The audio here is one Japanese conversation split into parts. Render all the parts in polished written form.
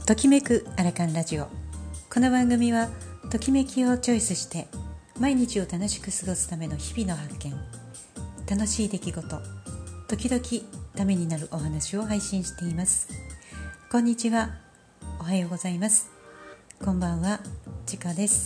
ときめくアラカンラジオ。この番組はときめきをチョイスして毎日を楽しく過ごすための日々の発見、楽しい出来事、時々ためになるお話を配信しています。こんにちは、おはようございます、こんばんは、ちかです。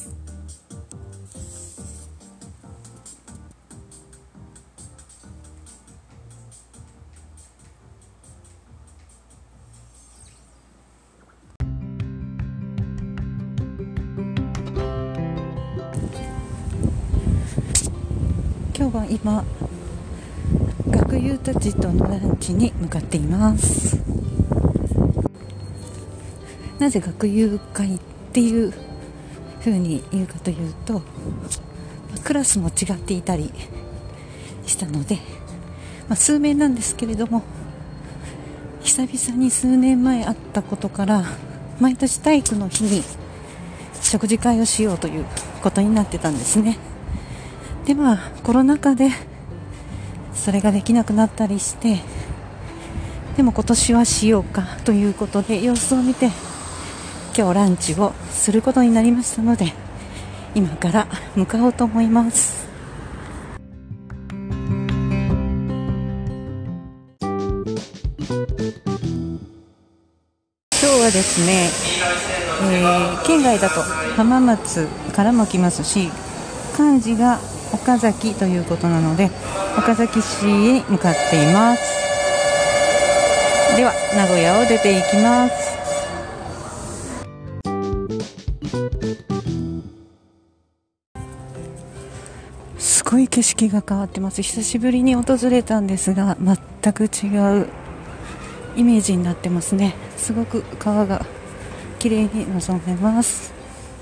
今日は今学友たちとのランチに向かっています。なぜ学友会っていう風に言うかというと、クラスも違っていたりしたので、数名なんですけれども、久々に数年前会ったことから毎年体育の日に食事会をしようということになってたんですね。でコロナ禍でそれができなくなったりして、でも今年はしようかということで様子を見て今日ランチをすることになりましたので、今から向かおうと思います。今日はですね、県外だと浜松からも来ますし、漢字が岡崎ということなので岡崎市へ向かっています。では名古屋を出ていきます。すごい景色が変わってます。久しぶりに訪れたんですが全く違うイメージになってますね。すごく川が綺麗に望めます。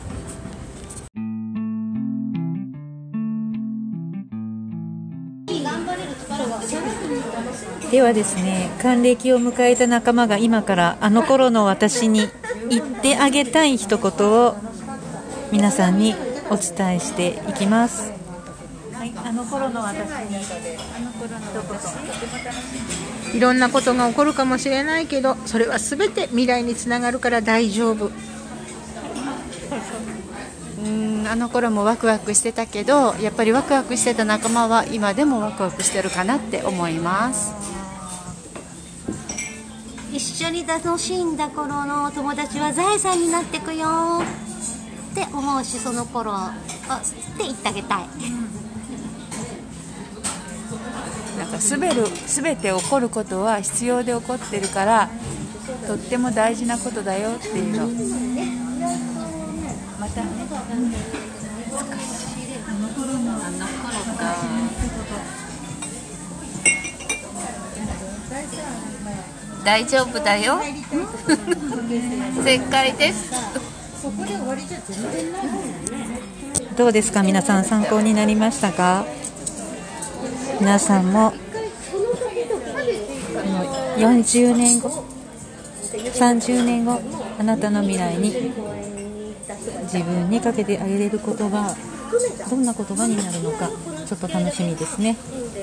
ではですね、還暦を迎えた仲間が今からあの頃の私に言ってあげたい一言を皆さんにお伝えしていきます。はい、あの頃の私にあの頃のいろんなことが起こるかもしれないけど、それは全て未来につながるから大丈夫。 あの頃もワクワクしてたけど、やっぱりワクワクしてた仲間は今でもワクワクしてるかなって思います。 一緒に楽しんだ頃の友達は財産になってくよって思うし、その頃って言ってあげたい。 なんか全て起こることは必要で起こってるから、とっても大事なことだよっていうの。またね、あの頃か。大丈夫だよ。正解です。 どうですか、皆さん参考になりましたか？皆さんも40年後30年後あなたの未来に自分にかけてあげれる言葉、どんな言葉になるのかちょっと楽しみですね。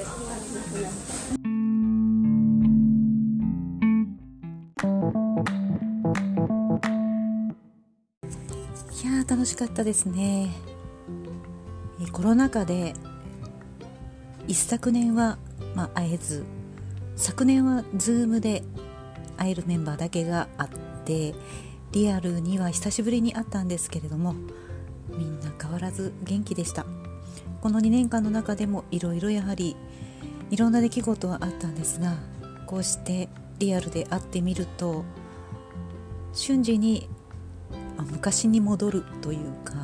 いやー、楽しかったですね。コロナ禍で一昨年は会えず、昨年はZoomで会えるメンバーだけがあって、リアルには久しぶりに会ったんですけれども、みんな変わらず元気でした。この2年間の中でもいろいろやはりいろんな出来事はあったんですが、こうしてリアルで会ってみると瞬時に昔に戻るというか、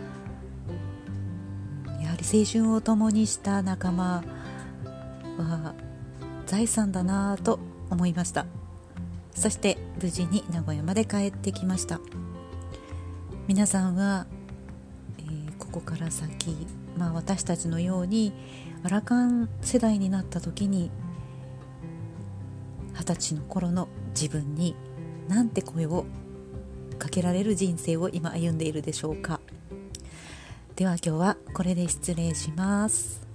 やはり青春を共にした仲間は財産だなと思いました。そして無事に名古屋まで帰ってきました。皆さんは、ここから先、私たちのようにアラカン世代になった時に20歳の頃の自分になんて声をかけられる人生を今歩んでいるでしょうか。では今日はこれで失礼します。